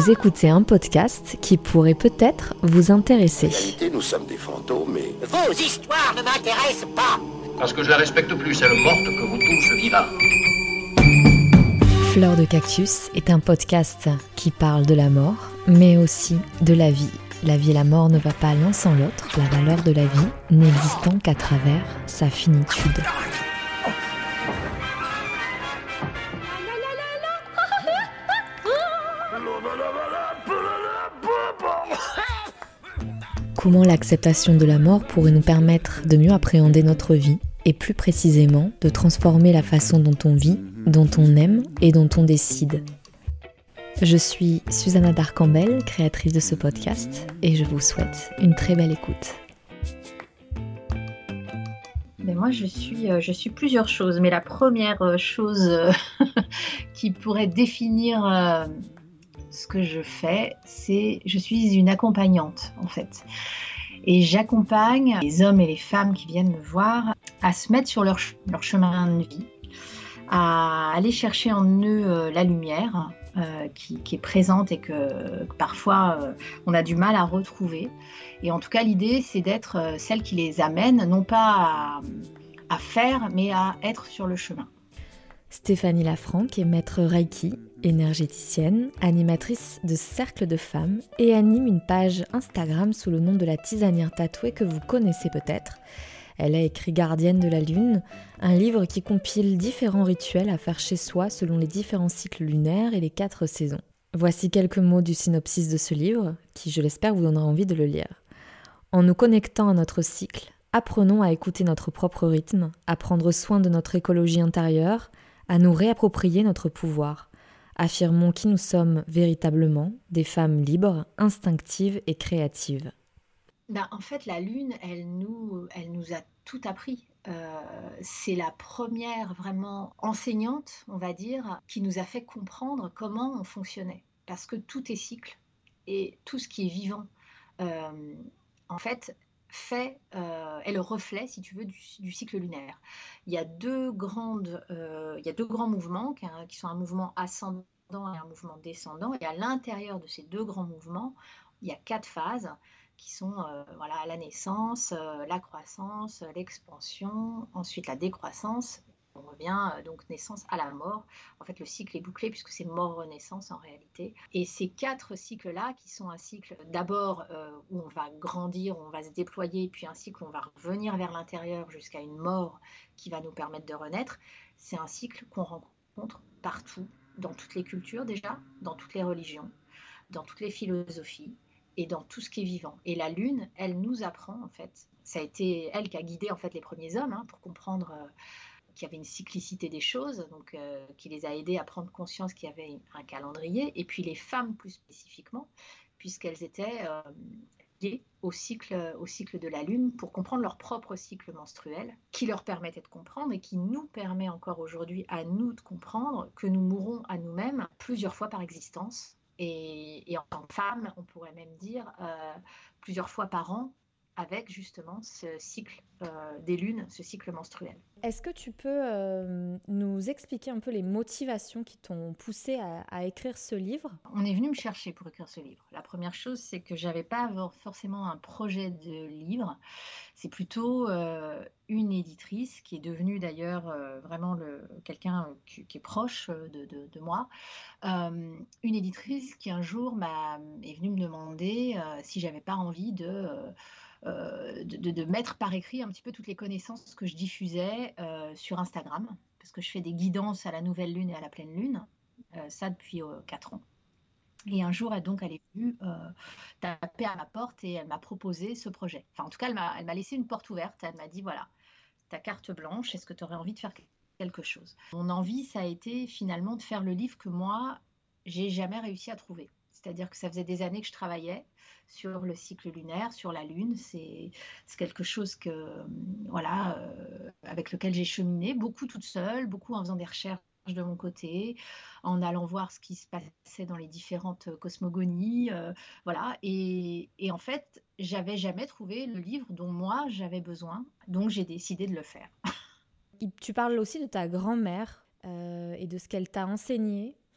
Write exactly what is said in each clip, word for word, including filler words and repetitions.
Vous écoutez un podcast qui pourrait peut-être vous intéresser. En réalité, nous sommes des fantômes, mais... Vos histoires ne m'intéressent pas. Parce que je la respecte plus, celle morte, que vous tous vivants. Fleur de cactus est un podcast qui parle de la mort, mais aussi de la vie. La vie et la mort ne va pas l'un sans l'autre, la valeur de la vie n'existant qu'à travers sa finitude. Comment l'acceptation de la mort pourrait nous permettre de mieux appréhender notre vie et plus précisément de transformer la façon dont on vit, dont on aime et dont on décide. Je suis Susanna Darcambel, créatrice de ce podcast, et je vous souhaite une très belle écoute. Mais moi, je suis, je suis plusieurs choses, mais la première chose qui pourrait définir ce que je fais, c'est je suis une accompagnante en fait. Et j'accompagne les hommes et les femmes qui viennent me voir à se mettre sur leur, leur chemin de vie, à aller chercher en eux euh, la lumière euh, qui, qui est présente et que, que parfois euh, on a du mal à retrouver. Et en tout cas, l'idée, c'est d'être euh, celle qui les amène, non pas à, à faire, mais à être sur le chemin. Stéphanie Lafranc est maître Reiki, énergéticienne, animatrice de cercles de femmes et anime une page Instagram sous le nom de la tisanière tatouée que vous connaissez peut-être. Elle a écrit Gardienne de la Lune, un livre qui compile différents rituels à faire chez soi selon les différents cycles lunaires et les quatre saisons. Voici quelques mots du synopsis de ce livre, qui je l'espère vous donnera envie de le lire. En nous connectant à notre cycle, apprenons à écouter notre propre rythme, à prendre soin de notre écologie intérieure, à nous réapproprier notre pouvoir. Affirmons qui nous sommes véritablement, des femmes libres, instinctives et créatives. Ben, en fait, la Lune, elle nous, elle nous a tout appris. Euh, c'est la première vraiment enseignante, on va dire, qui nous a fait comprendre comment on fonctionnait. Parce que tout est cycle et tout ce qui est vivant, euh, en fait, fait, euh, est le reflet, si tu veux, du, du cycle lunaire. Il y a deux, grandes, euh, il y a deux grands mouvements qui, qui sont un mouvement ascendant et un mouvement descendant. Et à l'intérieur de ces deux grands mouvements, il y a quatre phases qui sont euh, voilà, la naissance, euh, la croissance, l'expansion, ensuite la décroissance. On revient euh, donc naissance à la mort. En fait, le cycle est bouclé puisque c'est mort-renaissance en réalité. Et ces quatre cycles-là, qui sont un cycle d'abord euh, où on va grandir, où on va se déployer, puis un cycle où on va revenir vers l'intérieur jusqu'à une mort qui va nous permettre de renaître, c'est un cycle qu'on rencontre partout, dans toutes les cultures déjà, dans toutes les religions, dans toutes les philosophies et dans tout ce qui est vivant. Et la Lune, elle nous apprend en fait, ça a été elle qui a guidé en fait les premiers hommes hein, pour comprendre euh, qu'il y avait une cyclicité des choses, donc euh, qui les a aidés à prendre conscience qu'il y avait un calendrier, et puis les femmes plus spécifiquement, puisqu'elles étaient euh, liées au cycle, au cycle de la Lune pour comprendre leur propre cycle menstruel, qui leur permettait de comprendre et qui nous permet encore aujourd'hui à nous de comprendre que nous mourrons à nous-mêmes plusieurs fois par existence, et, et en tant que femme, on pourrait même dire euh, plusieurs fois par an, avec justement ce cycle euh, des lunes, ce cycle menstruel. Est-ce que tu peux euh, nous expliquer un peu les motivations qui t'ont poussé à, à écrire ce livre ? On est venu me chercher pour écrire ce livre. La première chose, c'est que je n'avais pas forcément un projet de livre. C'est plutôt euh, une éditrice qui est devenue d'ailleurs euh, vraiment le, quelqu'un qui, qui est proche de, de, de moi. Euh, une éditrice qui un jour m'a, est venue me demander euh, si je n'avais pas envie de... Euh, Euh, de, de, de mettre par écrit un petit peu toutes les connaissances que je diffusais euh, sur Instagram, parce que je fais des guidances à la nouvelle lune et à la pleine lune, euh, ça depuis euh, quatre ans. Et un jour, elle, donc, elle est venue euh, taper à ma porte et elle m'a proposé ce projet. Enfin, en tout cas, elle m'a, elle m'a laissé une porte ouverte. Elle m'a dit, voilà, ta carte blanche, est-ce que tu aurais envie de faire quelque chose ? Mon envie, ça a été finalement de faire le livre que moi, j'ai jamais réussi à trouver. C'est-à-dire que ça faisait des années que je travaillais sur le cycle lunaire, sur la Lune. C'est, c'est quelque chose que, voilà, euh, avec lequel j'ai cheminé, beaucoup toute seule, beaucoup en faisant des recherches de mon côté, en allant voir ce qui se passait dans les différentes cosmogonies. Euh, voilà. Et, et en fait, j'avais jamais trouvé le livre dont moi, j'avais besoin. Donc, j'ai décidé de le faire. Tu parles aussi de ta grand-mère euh, et de ce qu'elle t'a enseigné.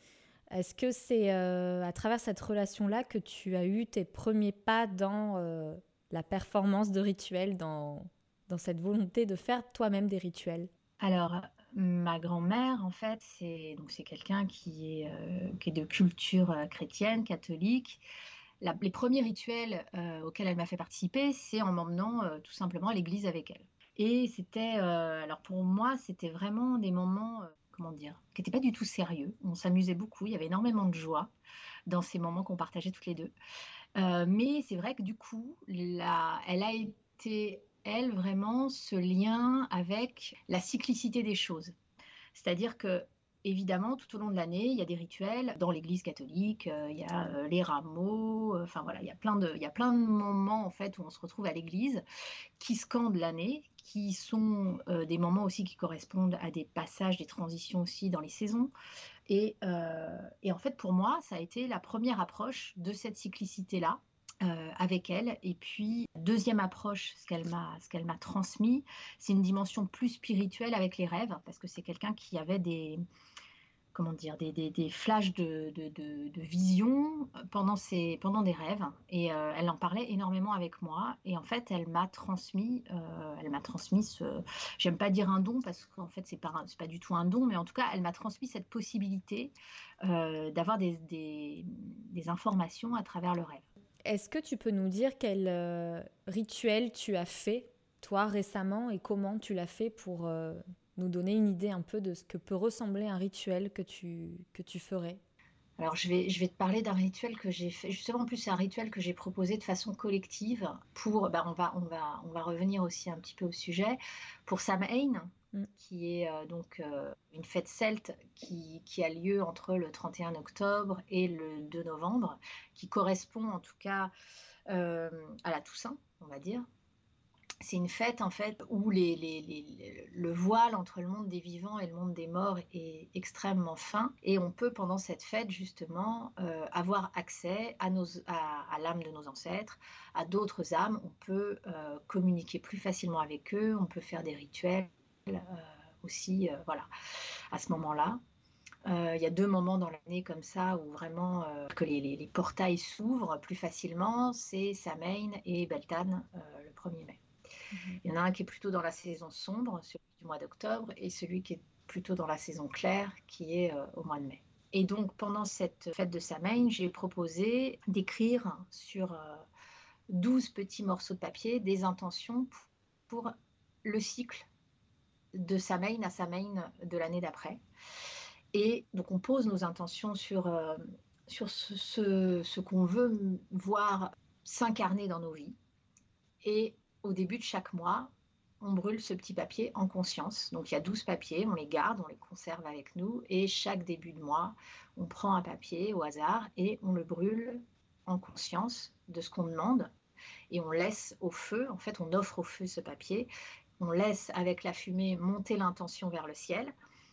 Est-ce que c'est euh, à travers cette relation-là que tu as eu tes premiers pas dans euh, la performance de rituels, dans, dans cette volonté de faire toi-même des rituels? Alors, ma grand-mère, en fait, c'est donc c'est quelqu'un qui est, euh, qui est de culture euh, chrétienne, catholique. La- les premiers rituels euh, auxquels elle m'a fait participer, c'est en m'emmenant euh, tout simplement à l'église avec elle. Et c'était, euh, alors pour moi, c'était vraiment des moments, euh, comment dire, qui n'étaient pas du tout sérieux. On s'amusait beaucoup, il y avait énormément de joie dans ces moments qu'on partageait toutes les deux. Euh, mais c'est vrai que du coup, la- elle a été, elle, vraiment ce lien avec la cyclicité des choses. C'est-à-dire que, évidemment, tout au long de l'année, il y a des rituels. Dans l'Église catholique, euh, il y a euh, les rameaux. euh, Enfin voilà, il y a plein de, il y a plein de moments en fait où on se retrouve à l'Église qui scandent l'année, qui sont euh, des moments aussi qui correspondent à des passages, des transitions aussi dans les saisons. Et, euh, et en fait, pour moi, ça a été la première approche de cette cyclicité-là. euh, avec elle. Et puis, deuxième approche, ce qu'elle m'a, ce qu'elle m'a transmis, c'est une dimension plus spirituelle avec les rêves, parce que c'est quelqu'un qui avait des, comment dire, des, des, des flashs de, de, de, de vision pendant, ses, pendant des rêves. Et euh, elle en parlait énormément avec moi. Et en fait, elle m'a transmis, euh, elle m'a transmis ce, j'aime pas dire un don parce qu'en fait, c'est pas, un- c'est pas du tout un don, mais en tout cas, elle m'a transmis cette possibilité euh, d'avoir des, des, des informations à travers le rêve. Est-ce que tu peux nous dire quel euh, rituel tu as fait, toi, récemment, et comment tu l'as fait pour euh, nous donner une idée un peu de ce que peut ressembler un rituel que tu, que tu ferais? Alors, je vais, je vais te parler d'un rituel que j'ai fait. Justement, en plus, c'est un rituel que j'ai proposé de façon collective pour, bah, on va, on va, on va revenir aussi un petit peu au sujet, pour Samhain, Mm. qui est euh, donc euh, une fête celte qui, qui a lieu entre le trente et un octobre et le deux novembre, qui correspond en tout cas euh, à la Toussaint, on va dire. C'est une fête en fait où les, les- les- le voile entre le monde des vivants et le monde des morts est extrêmement fin et on peut pendant cette fête justement euh, avoir accès à, nos, à, à l'âme de nos ancêtres, à d'autres âmes, on peut euh, communiquer plus facilement avec eux, on peut faire des rituels euh, aussi, euh, voilà, à ce moment-là. Euh, Il y a deux moments dans l'année comme ça où vraiment euh, que les, les- les portails s'ouvrent plus facilement, c'est Samhain et Beltane euh, le premier mai. Mhm. Il y en a un qui est plutôt dans la saison sombre, celui du mois d'octobre, et celui qui est plutôt dans la saison claire, qui est euh, au mois de mai. Et donc, pendant cette fête de Samhain, j'ai proposé d'écrire sur euh, douze petits morceaux de papier des intentions pour le cycle de Samhain à Samhain de l'année d'après. Et donc, on pose nos intentions sur, euh, sur ce, ce, ce qu'on veut voir s'incarner dans nos vies. Et au début de chaque mois, on brûle ce petit papier en conscience. Donc il y a douze papiers, on les garde, on les conserve avec nous. Et chaque début de mois, on prend un papier au hasard et on le brûle en conscience de ce qu'on demande. Et on laisse au feu, en fait on offre au feu ce papier. On laisse avec la fumée monter l'intention vers le ciel.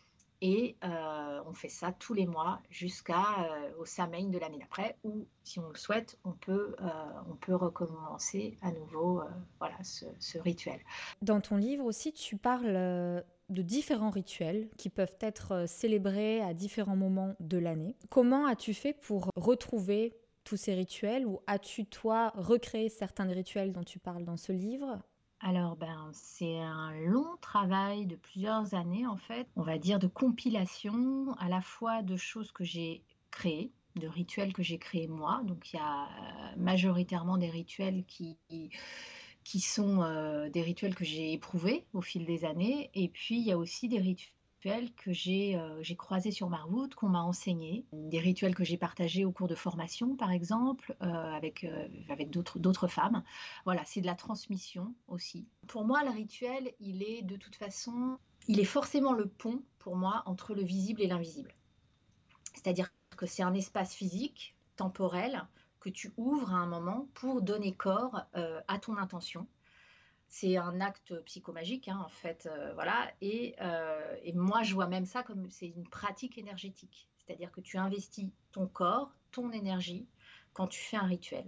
Et euh, on fait ça tous les mois jusqu'au euh, Samhain de l'année d'après, où, si on le souhaite, on peut, euh, on peut recommencer à nouveau euh, voilà, ce, ce rituel. Dans ton livre aussi, tu parles euh, de différents rituels qui peuvent être euh, célébrés à différents moments de l'année. Comment as-tu fait pour retrouver tous ces rituels ou as-tu, toi, recréé certains des rituels dont tu parles dans ce livre? Alors, ben, c'est un long travail de plusieurs années, en fait, on va dire de compilation à la fois de choses que j'ai créées, de rituels que j'ai créés moi. Donc, il y a euh, majoritairement des rituels qui, qui sont euh, des rituels que j'ai éprouvés au fil des années. Et puis, il y a aussi des rituels que j'ai euh, j'ai croisés sur ma route, qu'on m'a enseignés, des rituels que j'ai partagés au cours de formation, par exemple, euh, avec, euh, avec d'autres d'autres femmes. Voilà, c'est de la transmission aussi. Pour moi, le rituel, il est de toute façon, il est forcément le pont, pour moi, entre le visible et l'invisible. C'est-à-dire que c'est un espace physique, temporel, que tu ouvres à un moment pour donner corps euh, à ton intention. C'est un acte psychomagique, hein, en fait, euh, voilà. Et, euh, et moi, je vois même ça comme c'est une pratique énergétique. C'est-à-dire que tu investis ton corps, ton énergie, quand tu fais un rituel.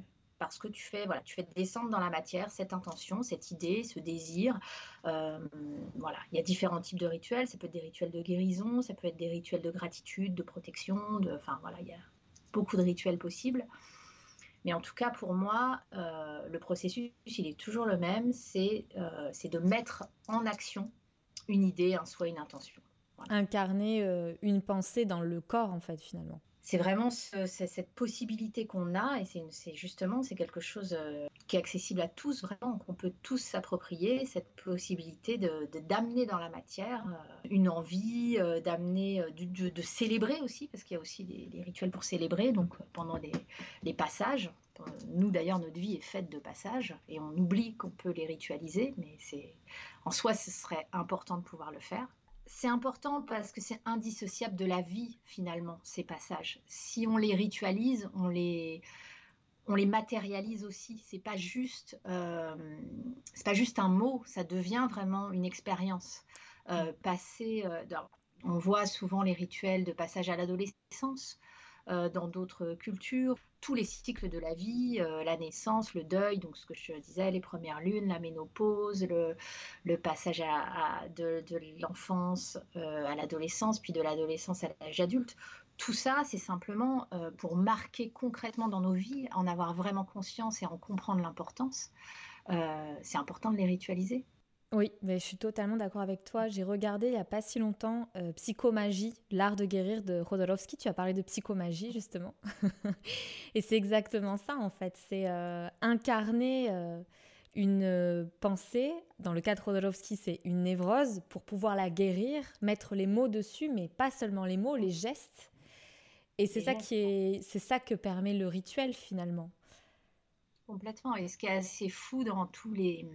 parce que tu fais, voilà, tu fais descendre dans la matière cette intention, cette idée, ce désir. Euh, voilà, il y a différents types de rituels. Ça peut être des rituels de guérison, ça peut être des rituels de gratitude, de protection. De, enfin voilà, il y a beaucoup de rituels possibles. Mais en tout cas, pour moi, euh, le processus, il est toujours le même. C'est, euh, c'est de mettre en action une idée, un souhait, une intention. Voilà. Incarner euh, une pensée dans le corps, en fait, finalement. C'est vraiment ce, c'est cette possibilité qu'on a, et c'est, c'est justement c'est quelque chose euh, qui est accessible à tous, vraiment, qu'on peut tous s'approprier, cette possibilité de, de, d'amener dans la matière euh, une envie, euh, d'amener, euh, de, de, de célébrer aussi, parce qu'il y a aussi des, des rituels pour célébrer, donc pendant les, les passages. Nous, d'ailleurs, notre vie est faite de passages, et on oublie qu'on peut les ritualiser, mais c'est, en soi, ce serait important de pouvoir le faire. C'est important parce que c'est indissociable de la vie, finalement, ces passages. Si on les ritualise, on les, on les matérialise aussi. C'est pas juste, euh, c'est pas juste un mot, ça devient vraiment une expérience. Euh, passer, euh, on voit souvent les rituels de passage à l'adolescence, euh, dans d'autres cultures, tous les cycles de la vie, euh, la naissance, le deuil, donc ce que je disais, les premières lunes, la ménopause, le, le passage à, à, de, de l'enfance euh, à l'adolescence, puis de l'adolescence à l'âge adulte. Tout ça, c'est simplement euh, pour marquer concrètement dans nos vies, en avoir vraiment conscience et en comprendre l'importance. Euh, c'est important de les ritualiser. Oui, mais je suis totalement d'accord avec toi. J'ai regardé il n'y a pas si longtemps euh, Psychomagie, l'art de guérir de Jodorowsky. Tu as parlé de psychomagie, justement. Et c'est exactement ça, en fait. C'est euh, incarner euh, une euh, pensée. Dans le cas de Jodorowsky, c'est une névrose pour pouvoir la guérir, mettre les mots dessus, mais pas seulement les mots, les gestes. Et c'est, ça, qui est, c'est ça que permet le rituel, finalement. Complètement. Et ce qui est assez fou dans tous les...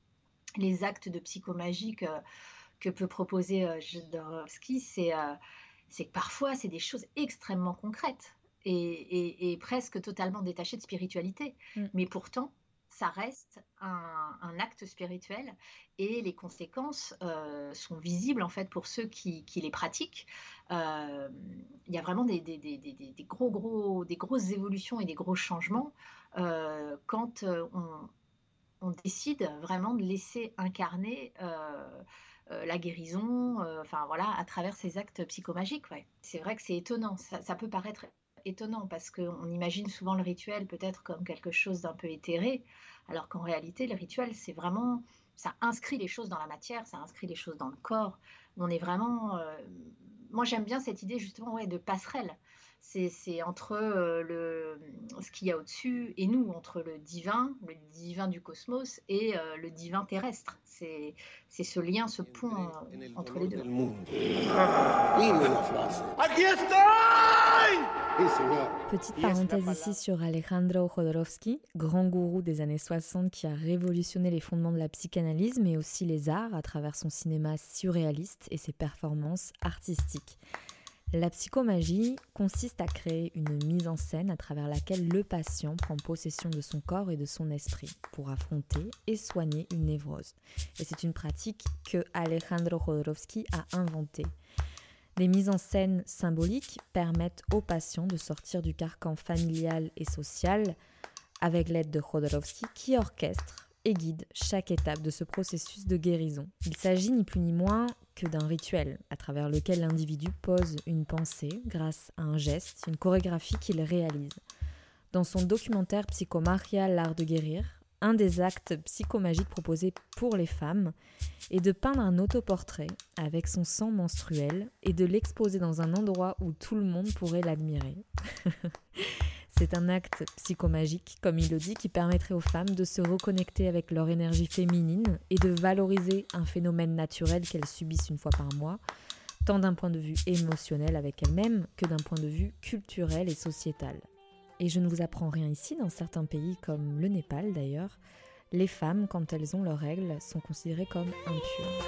les actes de psychomagie que, que peut proposer euh, Jodorowsky, c'est, euh, c'est que parfois, c'est des choses extrêmement concrètes et, et, et presque totalement détachées de spiritualité. Mm. Mais pourtant, ça reste un, un acte spirituel et les conséquences euh, sont visibles en fait pour ceux qui, qui les pratiquent. Euh, il y a vraiment des, des, des, des, des, gros, gros, des grosses évolutions et des gros changements euh, quand euh, on on décide vraiment de laisser incarner euh, euh, la guérison, euh, enfin voilà, à travers ces actes psychomagiques. Ouais. C'est vrai que c'est étonnant, ça, ça peut paraître étonnant parce qu'on imagine souvent le rituel peut-être comme quelque chose d'un peu éthéré, alors qu'en réalité, le rituel, c'est vraiment, ça inscrit les choses dans la matière, ça inscrit les choses dans le corps. On est vraiment... Euh, moi, j'aime bien cette idée justement ouais, de passerelle. C'est, c'est entre euh, le, ce qu'il y a au-dessus et nous, entre le divin, le divin du cosmos et euh, le divin terrestre. C'est, c'est ce lien, ce pont euh, entre les deux. Petite parenthèse ici sur Alejandro Jodorowsky, grand gourou des années soixante qui a révolutionné les fondements de la psychanalyse, mais aussi les arts à travers son cinéma surréaliste et ses performances artistiques. La psychomagie consiste à créer une mise en scène à travers laquelle le patient prend possession de son corps et de son esprit pour affronter et soigner une névrose. Et c'est une pratique que Alejandro Jodorowsky a inventée. Les mises en scène symboliques permettent aux patients de sortir du carcan familial et social avec l'aide de Jodorowsky qui orchestre et guide chaque étape de ce processus de guérison. Il s'agit ni plus ni moins que d'un rituel à travers lequel l'individu pose une pensée grâce à un geste, une chorégraphie qu'il réalise. Dans son documentaire Psychomagia, l'art de guérir, un des actes psychomagiques proposés pour les femmes est de peindre un autoportrait avec son sang menstruel et de l'exposer dans un endroit où tout le monde pourrait l'admirer. C'est un acte psychomagique, comme il le dit, qui permettrait aux femmes de se reconnecter avec leur énergie féminine et de valoriser un phénomène naturel qu'elles subissent une fois par mois, tant d'un point de vue émotionnel avec elles-mêmes que d'un point de vue culturel et sociétal. Et je ne vous apprends rien ici, dans certains pays comme le Népal d'ailleurs, les femmes, quand elles ont leurs règles, sont considérées comme impures.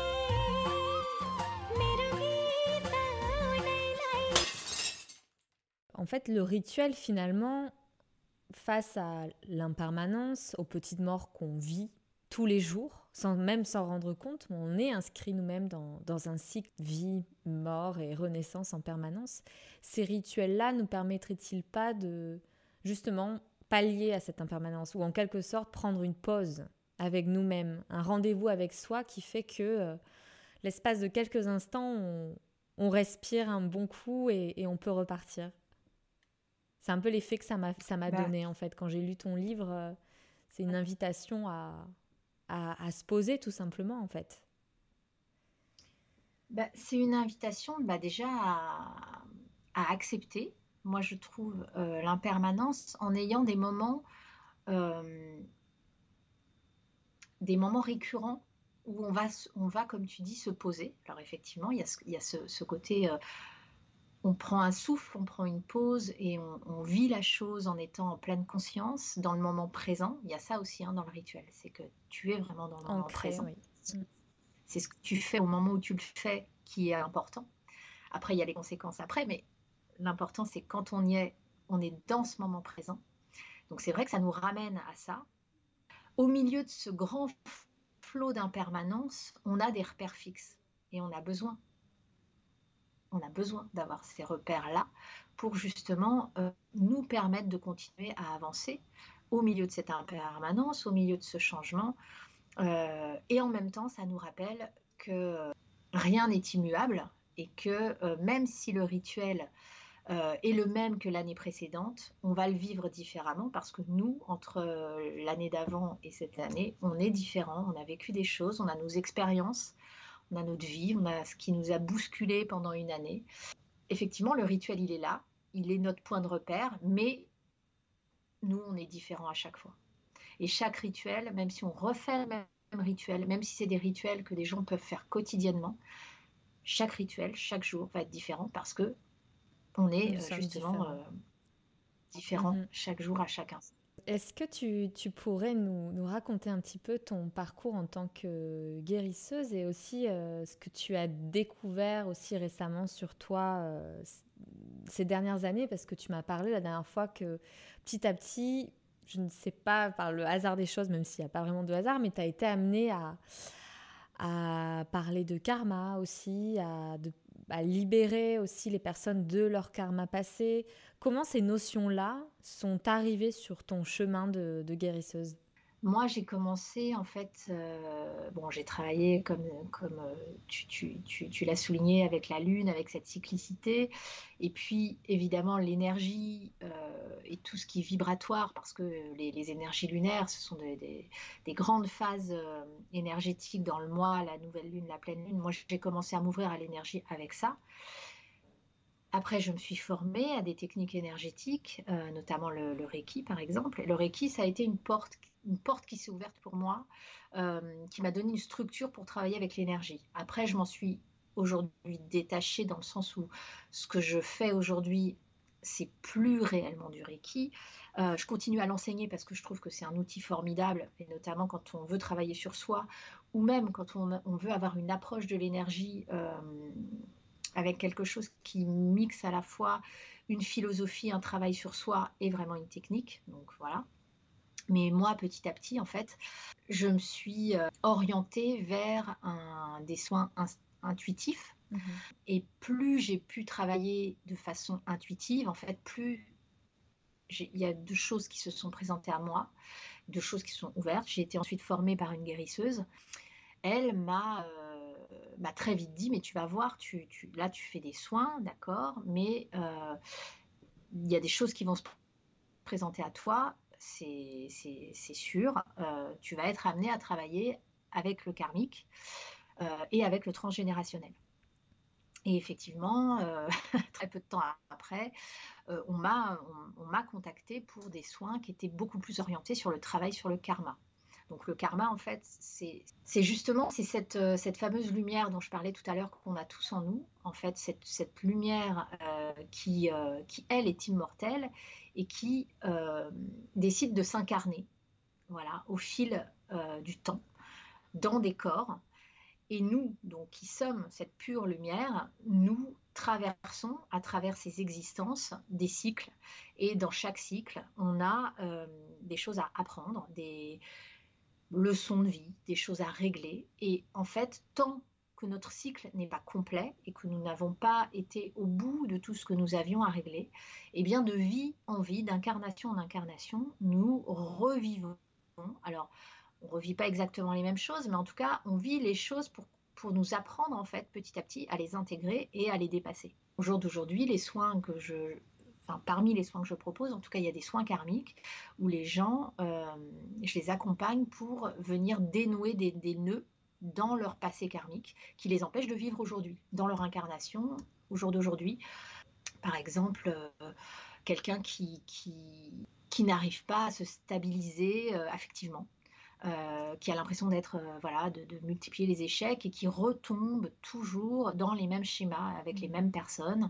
En fait, le rituel, finalement, face à l'impermanence, aux petites morts qu'on vit tous les jours, sans même s'en rendre compte, on est inscrit nous-mêmes dans, dans un cycle vie, mort et renaissance en permanence. Ces rituels-là nous permettraient-ils pas de, justement, pallier à cette impermanence ou en quelque sorte prendre une pause avec nous-mêmes, un rendez-vous avec soi qui fait que euh, l'espace de quelques instants, on, on respire un bon coup et, et on peut repartir. C'est un peu l'effet que ça m'a, ça m'a Bah, donné en fait. Quand j'ai lu ton livre, euh, c'est une invitation à, à, à se poser tout simplement en fait. bah, c'est une invitation bah, déjà à, à accepter, moi je trouve, euh, l'impermanence en ayant des moments, euh, des moments récurrents où on va, s- on va, comme tu dis, se poser. Alors effectivement, il y a ce, il y a ce, ce côté, euh, on prend un souffle, on prend une pause et on, on vit la chose en étant en pleine conscience, dans le moment présent. Il y a ça aussi hein, dans le rituel, c'est que tu es vraiment dans le moment Ancré, présent. oui. Mm. C'est ce que tu fais au moment où tu le fais qui est important. Après, il y a les conséquences après, mais l'important, c'est quand on y est, on est dans ce moment présent. Donc c'est vrai que ça nous ramène à ça. Au milieu de ce grand flot d'impermanence, on a des repères fixes et on a besoin. On a besoin d'avoir ces repères-là pour justement euh, nous permettre de continuer à avancer au milieu de cette impermanence, au milieu de ce changement. Euh, et en même temps, ça nous rappelle que rien n'est immuable et que euh, même si le rituel euh, est le même que l'année précédente, on va le vivre différemment parce que nous, entre euh, l'année d'avant et cette année, on est différents, on a vécu des choses, on a nos expériences, on a notre vie, on a ce qui nous a bousculé pendant une année. Effectivement, le rituel, il est là, il est notre point de repère, mais nous, on est différents à chaque fois. Et chaque rituel, même si on refait le même rituel, même si c'est des rituels que des gens peuvent faire quotidiennement, chaque rituel, chaque jour va être différent parce que on Nous est euh, sommes justement différents. euh, différent Mhm. chaque jour à chaque instant. Est-ce que tu, tu pourrais nous, nous raconter un petit peu ton parcours en tant que guérisseuse et aussi euh, ce que tu as découvert aussi récemment sur toi euh, c- ces dernières années? Parce que tu m'as parlé la dernière fois que petit à petit, je ne sais pas par le hasard des choses, même s'il n'y a pas vraiment de hasard, mais tu as été amenée à, à parler de karma aussi, à, de- à libérer aussi les personnes de leur karma passé. Comment ces notions-là sont arrivées sur ton chemin de, de guérisseuse? Moi, j'ai commencé en fait, euh, bon, j'ai travaillé comme, comme euh, tu, tu, tu, tu l'as souligné avec la Lune, avec cette cyclicité, et puis évidemment l'énergie euh, et tout ce qui est vibratoire, parce que les, les énergies lunaires, ce sont des, des, des grandes phases euh, énergétiques dans le mois, la nouvelle lune, la pleine lune. Moi, j'ai commencé à m'ouvrir à l'énergie avec ça. Après, je me suis formée à des techniques énergétiques, euh, notamment le, le Reiki, par exemple. Le Reiki, ça a été une porte, une porte qui s'est ouverte pour moi, euh, qui m'a donné une structure pour travailler avec l'énergie. Après, je m'en suis aujourd'hui détachée dans le sens où ce que je fais aujourd'hui, c'est plus réellement du Reiki. Euh, je continue à l'enseigner parce que je trouve que c'est un outil formidable, et notamment quand on veut travailler sur soi, ou même quand on, on veut avoir une approche de l'énergie. Euh, avec quelque chose qui mixe à la fois une philosophie, un travail sur soi et vraiment une technique. Donc voilà. Mais moi, petit à petit, en fait, je me suis euh, orientée vers un, des soins in- intuitifs. Mhm. Et plus j'ai pu travailler de façon intuitive, en fait, plus j'ai- il y a deux choses qui se sont présentées à moi, deux choses qui sont ouvertes. J'ai été ensuite formée par une guérisseuse. Elle m'a euh, m'a très vite dit, mais tu vas voir, tu, tu, là tu fais des soins, d'accord, mais euh, il y a des choses qui vont se présenter à toi, c'est c'est- c'est sûr. Euh, tu vas être amené à travailler avec le karmique euh, et avec le transgénérationnel. Et effectivement, euh, très peu de temps après, euh, on m'a on, on m'a contacté pour des soins qui étaient beaucoup plus orientés sur le travail sur le karma. Donc le karma, en fait, c'est c'est justement c'est cette, euh, cette fameuse lumière dont je parlais tout à l'heure qu'on a tous en nous. En fait, cette, cette lumière euh, qui, euh, qui, elle, est immortelle et qui euh, décide de s'incarner, voilà, au fil euh, du temps, dans des corps. Et nous, donc, qui sommes cette pure lumière, nous traversons à travers ces existences des cycles. Et dans chaque cycle, on a euh, des choses à apprendre, des leçons de vie, des choses à régler. Et en fait, tant que notre cycle n'est pas complet et que nous n'avons pas été au bout de tout ce que nous avions à régler, eh bien de vie en vie, d'incarnation en incarnation, nous revivons. Alors, on ne revit pas exactement les mêmes choses, mais en tout cas, on vit les choses pour, pour nous apprendre en fait petit à petit à les intégrer et à les dépasser. Au jour d'aujourd'hui, les soins que je... Enfin, parmi les soins que je propose, en tout cas, il y a des soins karmiques où les gens, euh, je les accompagne pour venir dénouer des, des nœuds dans leur passé karmique qui les empêchent de vivre aujourd'hui, dans leur incarnation, au jour d'aujourd'hui. Par exemple, euh, quelqu'un qui, qui, qui n'arrive pas à se stabiliser euh, affectivement, euh, qui a l'impression d'être, euh, voilà, de, de multiplier les échecs et qui retombe toujours dans les mêmes schémas avec les mêmes personnes.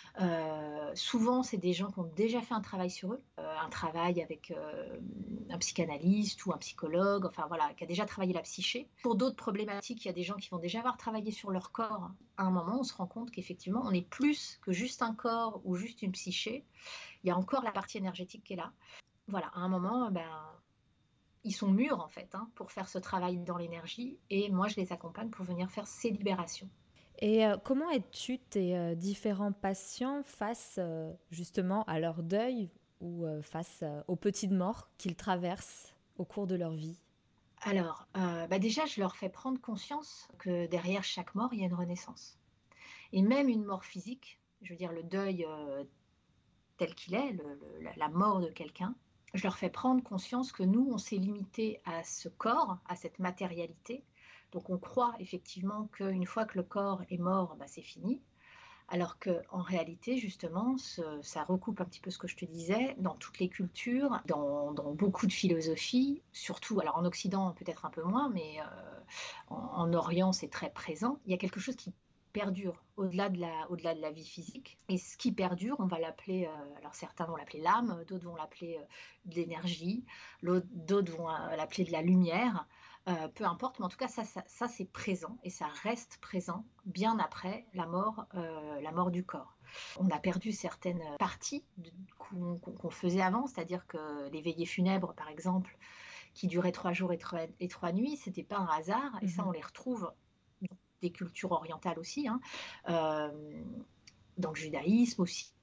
Euh, souvent, c'est des gens qui ont déjà fait un travail sur eux, euh, un travail avec euh, un psychanalyste ou un psychologue, enfin voilà, qui a déjà travaillé la psyché. Pour d'autres problématiques, il y a des gens qui vont déjà avoir travaillé sur leur corps. À un moment, on se rend compte qu'effectivement, on est plus que juste un corps ou juste une psyché. Il y a encore la partie énergétique qui est là. Voilà, à un moment, ben, ils sont mûrs en fait hein, pour faire ce travail dans l'énergie et moi, je les accompagne pour venir faire ces libérations. Et euh, comment aides-tu tes euh, différents patients face euh, justement à leur deuil ou euh, face euh, aux petites morts qu'ils traversent au cours de leur vie? Alors, euh, bah déjà, je leur fais prendre conscience que derrière chaque mort, il y a une renaissance. Et même une mort physique, je veux dire le deuil euh, tel qu'il est, le, le, la mort de quelqu'un, je leur fais prendre conscience que nous, on s'est limité à ce corps, à cette matérialité. Donc on croit effectivement qu'une fois que le corps est mort, bah, c'est fini. Alors qu'en réalité, justement, ce, ça recoupe un petit peu ce que je te disais, dans toutes les cultures, dans, dans beaucoup de philosophies, surtout, alors en Occident peut-être un peu moins, mais euh, en, en Orient c'est très présent. Il y a quelque chose qui perdure au-delà de la, au-delà de la vie physique. Et ce qui perdure, on va l'appeler, euh, alors certains vont l'appeler l'âme, d'autres vont l'appeler euh, de l'énergie, d'autres vont euh, l'appeler de la lumière. Euh, peu importe, mais en tout cas, ça, ça, ça c'est présent et ça reste présent bien après la mort, euh, la mort du corps. On a perdu certaines parties de, qu'on, qu'on faisait avant, c'est-à-dire que les veillées funèbres, par exemple, qui duraient trois jours et trois, et trois nuits, c'était pas un hasard, et mmh. ça, on les retrouve dans des cultures orientales aussi, hein, euh, dans le judaïsme aussi.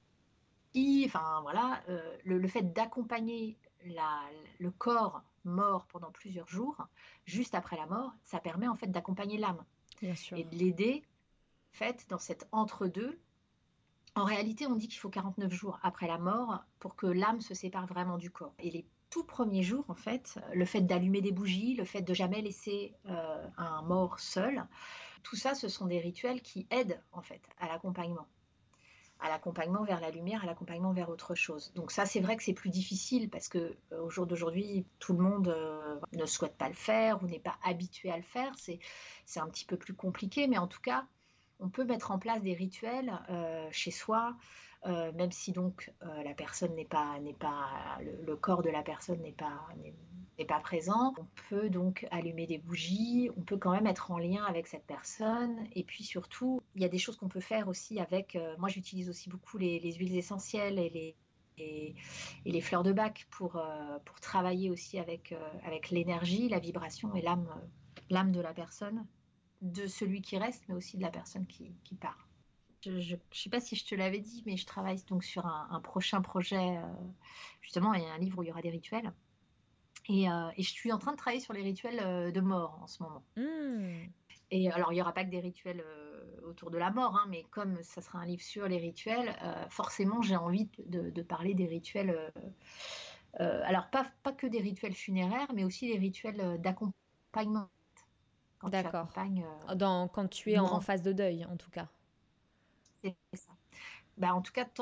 Enfin, voilà, euh, le, le fait d'accompagner la, le corps mort pendant plusieurs jours, juste après la mort, ça permet en fait d'accompagner l'âme. Bien sûr. Et de l'aider, en fait, dans cet entre-deux. En réalité, on dit qu'il faut quarante-neuf jours après la mort pour que l'âme se sépare vraiment du corps. Et les tout premiers jours, en fait, le fait d'allumer des bougies, le fait de jamais laisser euh, un mort seul, tout ça, ce sont des rituels qui aident, en fait, à l'accompagnement. à l'accompagnement vers la lumière, à l'accompagnement vers autre chose. Donc ça, c'est vrai que c'est plus difficile parce que euh, au jour d'aujourd'hui, tout le monde euh, ne souhaite pas le faire ou n'est pas habitué à le faire. C'est, c'est un petit peu plus compliqué, mais en tout cas, on peut mettre en place des rituels euh, chez soi, euh, même si donc euh, la personne n'est pas, n'est pas le, le corps de la personne n'est pas n'est, n'est pas présent. On peut donc allumer des bougies, on peut quand même être en lien avec cette personne. Et puis surtout, il y a des choses qu'on peut faire aussi avec. Euh, moi, j'utilise aussi beaucoup les, les huiles essentielles et les Et, et les fleurs de bac pour, euh, pour travailler aussi avec, euh, avec l'énergie, la vibration et l'âme, euh, l'âme de la personne, de celui qui reste, mais aussi de la personne qui, qui part. Je ne sais pas si je te l'avais dit, mais je travaille donc sur un, un prochain projet. Euh, justement, il y a un livre où il y aura des rituels. Et, euh, et je suis en train de travailler sur les rituels de mort en ce moment. Mmh. Et alors, il n'y aura pas que des rituels euh, autour de la mort, hein, mais comme ça sera un livre sur les rituels, euh, forcément, j'ai envie de, de parler des rituels. Euh, euh, alors, pas, pas que des rituels funéraires, mais aussi des rituels d'accompagnement. Quand D'accord. Tu euh, Dans, quand tu es en, en phase de deuil, en tout cas. C'est ça. Bah, en tout cas,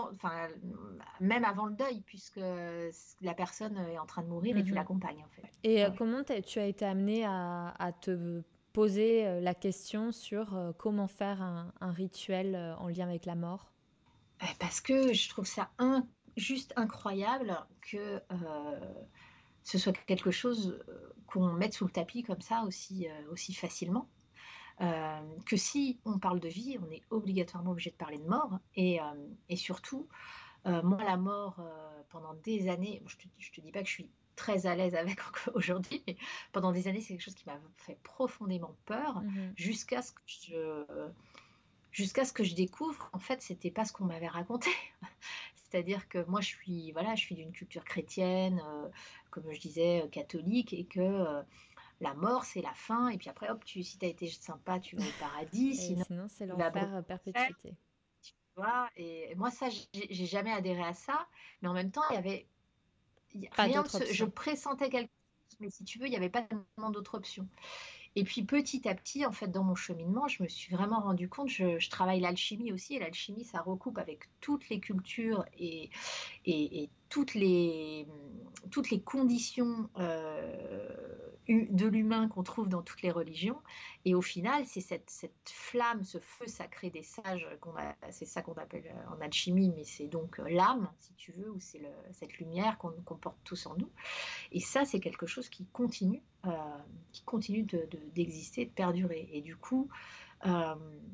même avant le deuil, puisque la personne est en train de mourir et mmh. tu l'accompagnes, en fait. Et ouais. comment tu as été amenée à, à te poser la question sur comment faire un, un rituel en lien avec la mort? Parce que je trouve ça un, juste incroyable que euh, ce soit quelque chose qu'on mette sous le tapis comme ça aussi, euh, aussi facilement. Euh, que si on parle de vie, on est obligatoirement obligé de parler de mort. Et, euh, et surtout, euh, moi, la mort, euh, pendant des années, je te, je te dis pas que je suis très à l'aise avec encore aujourd'hui, mais pendant des années, c'est quelque chose qui m'a fait profondément peur, Mhm. jusqu'à ce que je, jusqu'à ce que je découvre, en fait, c'était pas ce qu'on m'avait raconté. C'est-à-dire que moi, je suis, voilà, je suis d'une culture chrétienne, euh, comme je disais, euh, catholique, et que euh, la mort, c'est la fin, et puis après, hop, tu, si tu as été sympa, tu vas au paradis, Et sinon, sinon, c'est tu vas brûler l'enfer à en enfer, perpétuité. tu vois. Et, et moi, ça, j'ai j'ai jamais adhéré à ça, mais en même temps, il y avait il y- Pas rien de d'autre ce, je option. pressentais quelque chose, mais si tu veux, il n'y avait pas tellement d'autres options. Et puis petit à petit, en fait, dans mon cheminement, je me suis vraiment rendu compte, je, je travaille l'alchimie aussi, et l'alchimie, ça recoupe avec toutes les cultures et, et, et toutes, les, toutes les conditions euh, de l'humain qu'on trouve dans toutes les religions. Et au final, c'est cette, cette flamme, ce feu sacré des sages, qu'on a, c'est ça qu'on appelle en alchimie, mais c'est donc l'âme, si tu veux, ou c'est le, cette lumière qu'on, qu'on porte tous en nous. Et ça, c'est quelque chose qui continue, euh, qui continue de, de, d'exister, de perdurer. Et du coup, euh,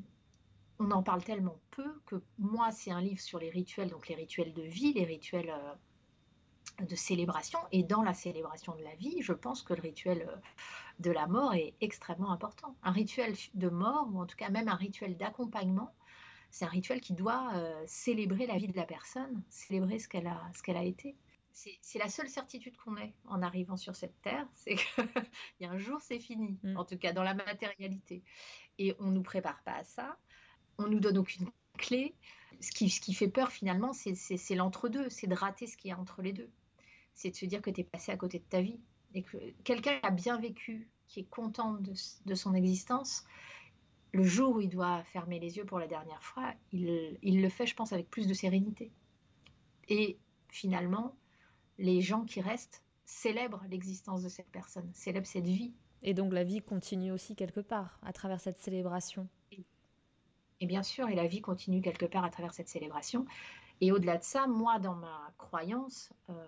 on en parle tellement peu que moi, c'est un livre sur les rituels, donc les rituels de vie, les rituels euh, de célébration. Et dans la célébration de la vie, je pense que le rituel euh, de la mort est extrêmement important. Un rituel de mort, ou en tout cas même un rituel d'accompagnement, c'est un rituel qui doit euh, célébrer la vie de la personne, célébrer ce qu'elle a, ce qu'elle a été. C'est, c'est la seule certitude qu'on ait en arrivant sur cette terre, c'est qu'il y a un jour, c'est fini, Mm. en tout cas dans la matérialité. Et on ne nous prépare pas à ça, on nous donne aucune clé. Ce qui, ce qui fait peur finalement, c'est, c'est, c'est l'entre-deux, c'est de rater ce qu'il y a entre les deux. C'est de se dire que tu es passé à côté de ta vie. Et que quelqu'un qui a bien vécu, qui est content de, de son existence, le jour où il doit fermer les yeux pour la dernière fois, il, il le fait, je pense, avec plus de sérénité. Et finalement, les gens qui restent célèbrent l'existence de cette personne, célèbrent cette vie. Et donc la vie continue aussi quelque part à travers cette célébration. Et, et bien sûr, et la vie continue quelque part à travers cette célébration. Et au-delà de ça, moi, dans ma croyance, euh,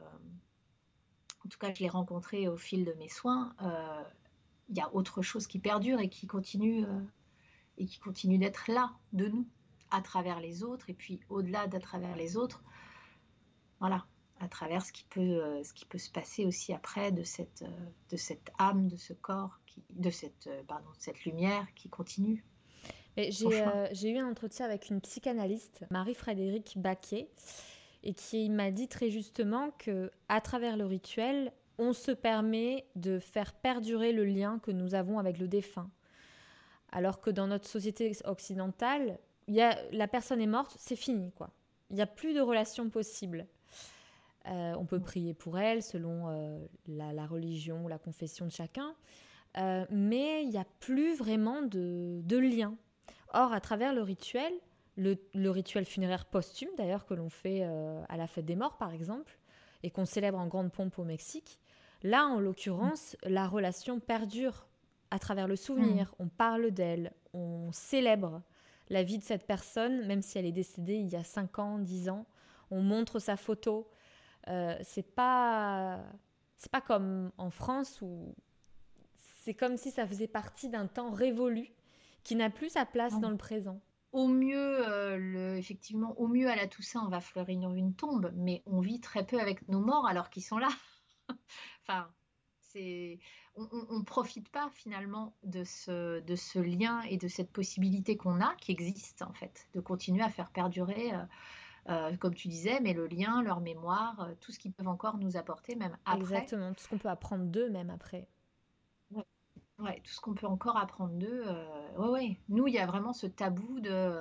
en tout cas, je l'ai rencontré au fil de mes soins, euh, il y a autre chose qui perdure et qui continue, euh, et qui continue d'être là, de nous, à travers les autres, et puis au-delà d'à travers les autres, voilà, à travers ce qui peut, euh, ce qui peut se passer aussi après de cette, euh, de cette âme, de ce corps, qui, de cette, euh, pardon, de cette lumière qui continue Mais son j'ai, chemin. euh, j'ai eu un entretien avec une psychanalyste, Marie-Frédérique Baquet, et qui m'a dit très justement que à travers le rituel, on se permet de faire perdurer le lien que nous avons avec le défunt. Alors que dans notre société occidentale, il y a, la personne est morte, c'est fini, quoi. Il n'y a plus de relation possible. Euh, on peut prier pour elle selon euh, la, la religion ou la confession de chacun, euh, mais il n'y a plus vraiment de, de lien. Or, à travers le rituel, le, le rituel funéraire posthume d'ailleurs que l'on fait euh, à la fête des morts par exemple, et qu'on célèbre en grande pompe au Mexique, là en l'occurrence, la relation perdure à travers le souvenir, on parle d'elle, on célèbre la vie de cette personne, même si elle est décédée il y a cinq ans, dix ans, on montre sa photo. Euh, c'est pas, c'est pas comme en France où c'est comme si ça faisait partie d'un temps révolu qui n'a plus sa place dans le présent. Au mieux, euh, le, effectivement, au mieux à la Toussaint, on va fleurir une tombe, mais on vit très peu avec nos morts alors qu'ils sont là. Enfin, c'est, on ne profite pas finalement de ce, de ce lien et de cette possibilité qu'on a, qui existe en fait, de continuer à faire perdurer, euh, euh, comme tu disais, mais le lien, leur mémoire, euh, tout ce qu'ils peuvent encore nous apporter, même après. Exactement, tout ce qu'on peut apprendre d'eux même après. Ouais, ouais, tout ce qu'on peut encore apprendre d'eux. Euh, ouais, ouais. Nous, il y a vraiment ce tabou de,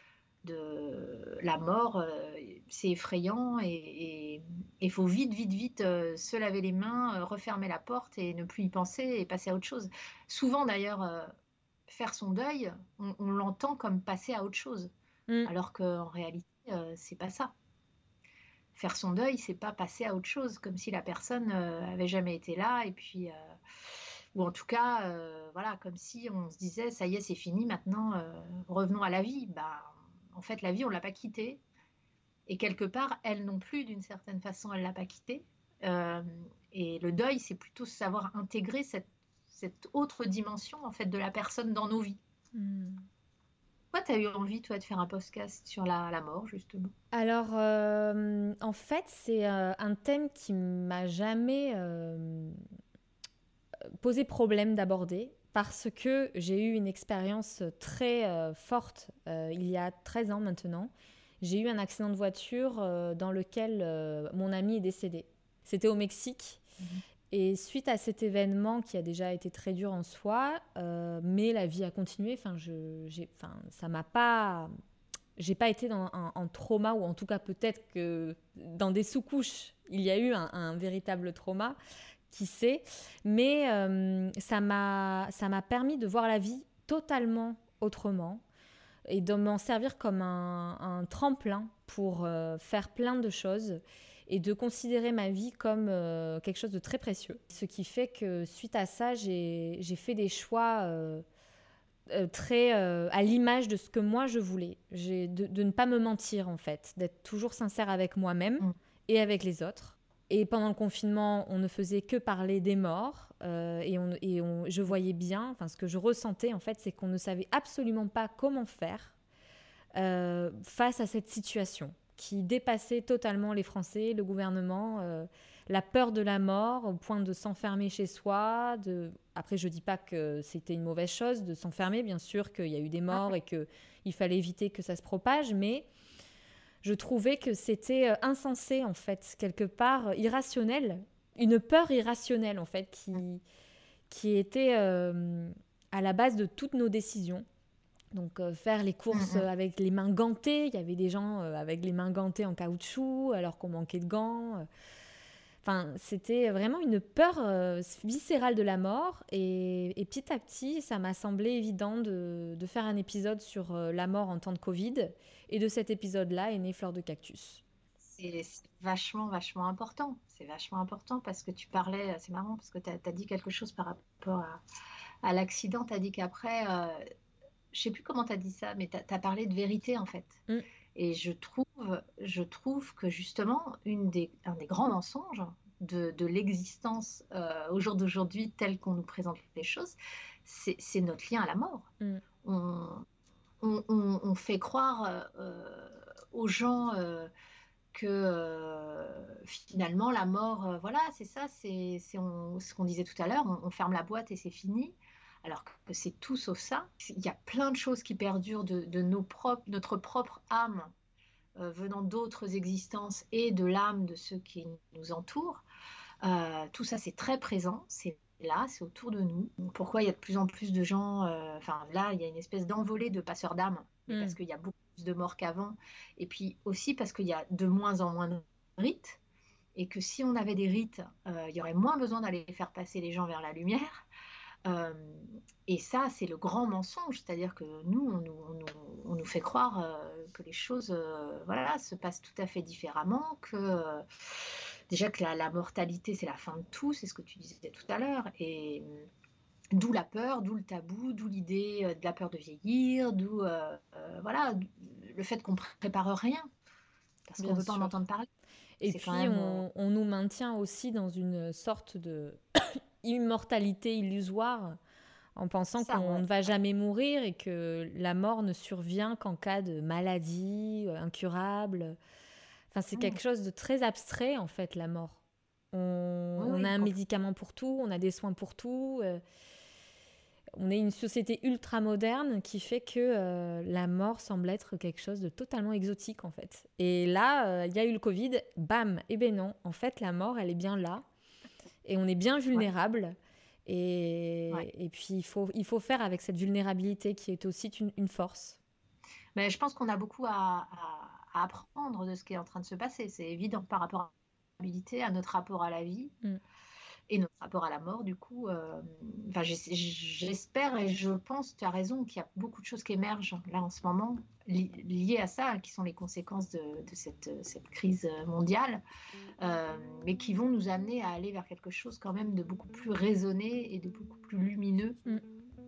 de la mort. Euh, c'est effrayant et il faut vite, vite, vite euh, se laver les mains, euh, refermer la porte et ne plus y penser et passer à autre chose. Souvent, d'ailleurs, euh, faire son deuil, on, on l'entend comme passer à autre chose, Mm, alors qu'en réalité, euh, c'est pas ça. Faire son deuil, c'est pas passer à autre chose, comme si la personne euh, avait jamais été là, et puis, euh, ou en tout cas, euh, voilà, comme si on se disait, ça y est, c'est fini, maintenant, euh, revenons à la vie. Bah, en fait, la vie, on l'a pas quittée, et quelque part, elle non plus, d'une certaine façon, elle l'a pas quittée. Euh, et le deuil, c'est plutôt savoir intégrer cette, cette autre dimension, en fait, de la personne dans nos vies. mm. Pourquoi tu as eu envie, toi, de faire un podcast sur la, la mort, justement? Alors, euh, en fait, c'est euh, un thème qui m'a jamais euh, posé problème d'aborder parce que j'ai eu une expérience très euh, forte euh, il y a treize ans maintenant. J'ai eu un accident de voiture euh, dans lequel euh, mon ami est décédé. C'était au Mexique. Mmh. Et suite à cet événement qui a déjà été très dur en soi, euh, mais la vie a continué. Enfin, je, j'ai, enfin, ça m'a pas, j'ai pas été dans un, un trauma, ou en tout cas peut-être que dans des sous-couches, il y a eu un, un véritable trauma, qui sait. Mais euh, ça m'a, ça m'a permis de voir la vie totalement autrement et de m'en servir comme un, un tremplin pour euh, faire plein de choses et de considérer ma vie comme euh, quelque chose de très précieux. Ce qui fait que suite à ça, j'ai, j'ai fait des choix euh, euh, très euh, à l'image de ce que moi je voulais. J'ai, de, de ne pas me mentir en fait, d'être toujours sincère avec moi-même mmh. et avec les autres. Et pendant le confinement, on ne faisait que parler des morts euh, et, on, et on, je voyais bien, enfin ce que je ressentais en fait, c'est qu'on ne savait absolument pas comment faire euh, face à cette situation qui dépassait totalement les Français, le gouvernement, euh, la peur de la mort au point de s'enfermer chez soi. De... Après, je ne dis pas que c'était une mauvaise chose de s'enfermer, bien sûr qu'il y a eu des morts et qu'il fallait éviter que ça se propage, mais je trouvais que c'était insensé, en fait, quelque part irrationnel, une peur irrationnelle, en fait, qui, qui était euh, à la base de toutes nos décisions. Donc, euh, faire les courses mmh. avec les mains gantées. Il y avait des gens euh, avec les mains gantées en caoutchouc, alors qu'on manquait de gants. Enfin, c'était vraiment une peur euh, viscérale de la mort. Et, et petit à petit, ça m'a semblé évident de, de faire un épisode sur euh, la mort en temps de Covid. Et de cet épisode-là est née Fleur de Cactus. C'est, c'est vachement, vachement important. C'est vachement important parce que tu parlais, c'est marrant, parce que tu as dit quelque chose par rapport à, à l'accident. Tu as dit qu'après, euh, je ne sais plus comment tu as dit ça, mais tu as parlé de vérité, en fait. Mm. Et je trouve, je trouve que justement, une des, un des grands mensonges de, de l'existence euh, au jour d'aujourd'hui, tel qu'on nous présente les choses, c'est, c'est notre lien à la mort. Mm. On, on, on, on fait croire euh, aux gens euh, que euh, finalement, la mort, euh, voilà, c'est ça, c'est, c'est on, ce qu'on disait tout à l'heure, on, on ferme la boîte et c'est fini. Alors que c'est tout sauf ça. Il y a plein de choses qui perdurent de, de nos propres, notre propre âme euh, venant d'autres existences et de l'âme de ceux qui nous entourent. Euh, tout ça, c'est très présent, c'est là, c'est autour de nous. Pourquoi il y a de plus en plus de gens... Enfin, euh, là, il y a une espèce d'envolée de passeurs d'âme, mm. parce qu'il y a beaucoup plus de morts qu'avant. Et puis aussi parce qu'il y a de moins en moins de rites. Et que si on avait des rites, euh, il y aurait moins besoin d'aller faire passer les gens vers la lumière. Euh, et ça, c'est le grand mensonge, c'est-à-dire que nous, on nous, on nous, on nous fait croire euh, que les choses euh, voilà, se passent tout à fait différemment, que euh, déjà que la, la mortalité, c'est la fin de tout, c'est ce que tu disais tout à l'heure, et d'où la peur, d'où le tabou, d'où l'idée euh, de la peur de vieillir, d'où euh, euh, voilà, le fait qu'on prépare rien, parce Bien qu'on ne veut pas en entendre parler. Et c'est puis, même, on, on nous maintient aussi dans une sorte de... immortalité illusoire en pensant ça, qu'on ouais. ne va jamais mourir et que la mort ne survient qu'en cas de maladie incurable. Enfin, c'est mmh. quelque chose de très abstrait en fait, la mort. On, oui, on a un médicament pour tout, on a des soins pour tout. Euh, on est une société ultra moderne qui fait que euh, la mort semble être quelque chose de totalement exotique en fait. Et là, il euh, y a eu le Covid, bam, et ben non, en fait la mort elle est bien là. Et on est bien vulnérable. Ouais. Et, ouais. et puis, il faut, il faut faire avec cette vulnérabilité qui est aussi une, une force. Mais je pense qu'on a beaucoup à, à, à apprendre de ce qui est en train de se passer. C'est évident par rapport à la vulnérabilité, à notre rapport à la vie mm. et notre rapport à la mort. Du coup, euh, enfin, j'espère et je pense, tu as raison, qu'il y a beaucoup de choses qui émergent là en ce moment li- liées à ça, qui sont les conséquences de, de cette, cette crise mondiale. Euh, mais qui vont nous amener à aller vers quelque chose quand même de beaucoup plus raisonné et de beaucoup plus lumineux. Mm.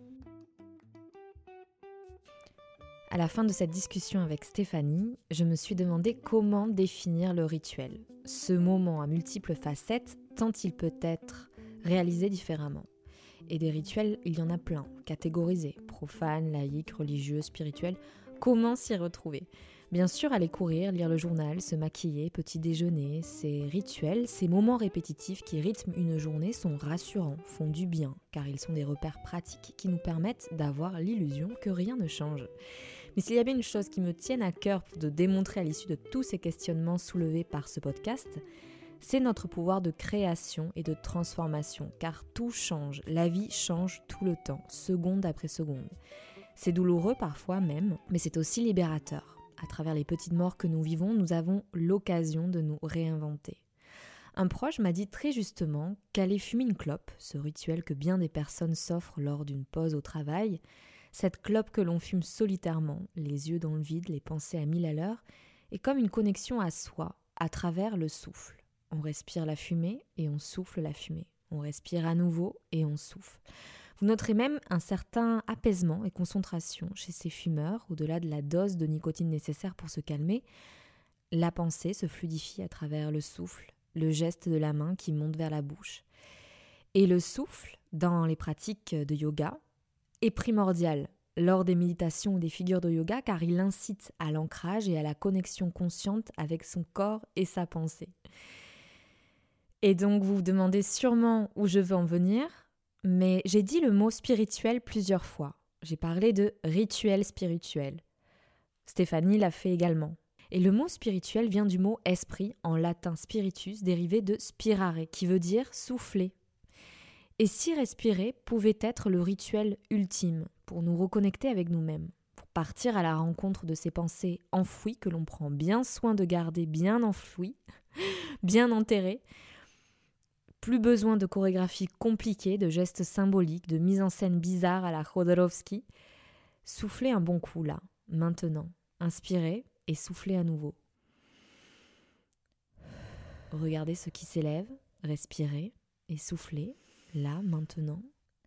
À la fin de cette discussion avec Stéphanie, je me suis demandé comment définir le rituel, ce moment à multiples facettes tant il peut être réalisé différemment. Et des rituels, il y en a plein, catégorisés, profanes, laïques, religieux, spirituels. Comment s'y retrouver ? Bien sûr, aller courir, lire le journal, se maquiller, petit déjeuner, ces rituels, ces moments répétitifs qui rythment une journée sont rassurants, font du bien, car ils sont des repères pratiques qui nous permettent d'avoir l'illusion que rien ne change. Mais s'il y a bien une chose qui me tienne à cœur de démontrer à l'issue de tous ces questionnements soulevés par ce podcast, c'est notre pouvoir de création et de transformation, car tout change, la vie change tout le temps, seconde après seconde. C'est douloureux parfois même, mais c'est aussi libérateur. À travers les petites morts que nous vivons, nous avons l'occasion de nous réinventer. Un proche m'a dit très justement qu'aller fumer une clope, ce rituel que bien des personnes s'offrent lors d'une pause au travail, cette clope que l'on fume solitairement, les yeux dans le vide, les pensées à mille à l'heure, est comme une connexion à soi, à travers le souffle. On respire la fumée et on souffle la fumée. On respire à nouveau et on souffle. Vous noterez même un certain apaisement et concentration chez ces fumeurs, au-delà de la dose de nicotine nécessaire pour se calmer. La pensée se fluidifie à travers le souffle, le geste de la main qui monte vers la bouche. Et le souffle, dans les pratiques de yoga, est primordial lors des méditations ou des figures de yoga car il incite à l'ancrage et à la connexion consciente avec son corps et sa pensée. Et donc vous vous demandez sûrement où je veux en venir, mais j'ai dit le mot spirituel plusieurs fois. J'ai parlé de rituel spirituel. Stéphanie l'a fait également. Et le mot spirituel vient du mot esprit, en latin spiritus, dérivé de spirare, qui veut dire souffler. Et si respirer pouvait être le rituel ultime pour nous reconnecter avec nous-mêmes, pour partir à la rencontre de ces pensées enfouies que l'on prend bien soin de garder bien enfouies, bien enterrées. Plus besoin de chorégraphies compliquées, de gestes symboliques, de mise en scène bizarre à la Jodorowsky. Soufflez un bon coup là, maintenant. Inspirez et soufflez à nouveau. Regardez ce qui s'élève, respirez et soufflez là, maintenant.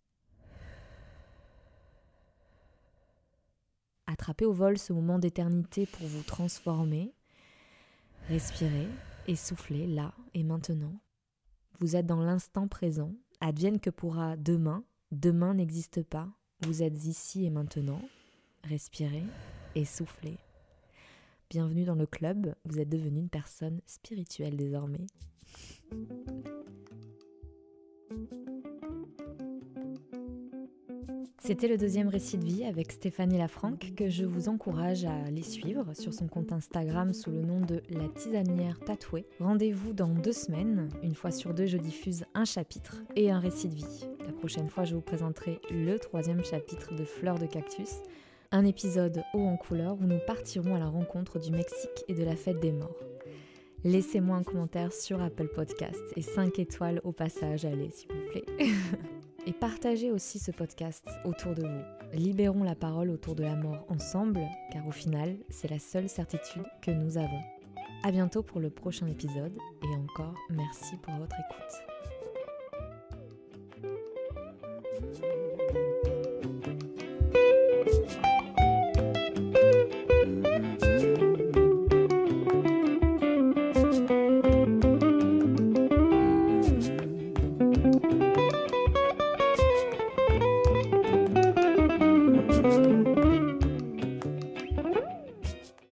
Attrapez au vol ce moment d'éternité pour vous transformer. Respirez et soufflez là et maintenant. Vous êtes dans l'instant présent, advienne que pourra demain, demain n'existe pas, vous êtes ici et maintenant, respirez et soufflez. Bienvenue dans le club, vous êtes devenue une personne spirituelle désormais. C'était le deuxième récit de vie avec Stéphanie Lafranc que je vous encourage à aller suivre sur son compte Instagram sous le nom de La Tisanière Tatouée. Rendez-vous dans deux semaines. Une fois sur deux, je diffuse un chapitre et un récit de vie. La prochaine fois, je vous présenterai le troisième chapitre de Fleurs de Cactus, un épisode haut en couleur où nous partirons à la rencontre du Mexique et de la fête des morts. Laissez-moi un commentaire sur Apple Podcast et cinq étoiles au passage, allez s'il vous plaît. Et partagez aussi ce podcast autour de vous. Libérons la parole autour de la mort ensemble, car au final, c'est la seule certitude que nous avons. À bientôt pour le prochain épisode, et encore merci pour votre écoute.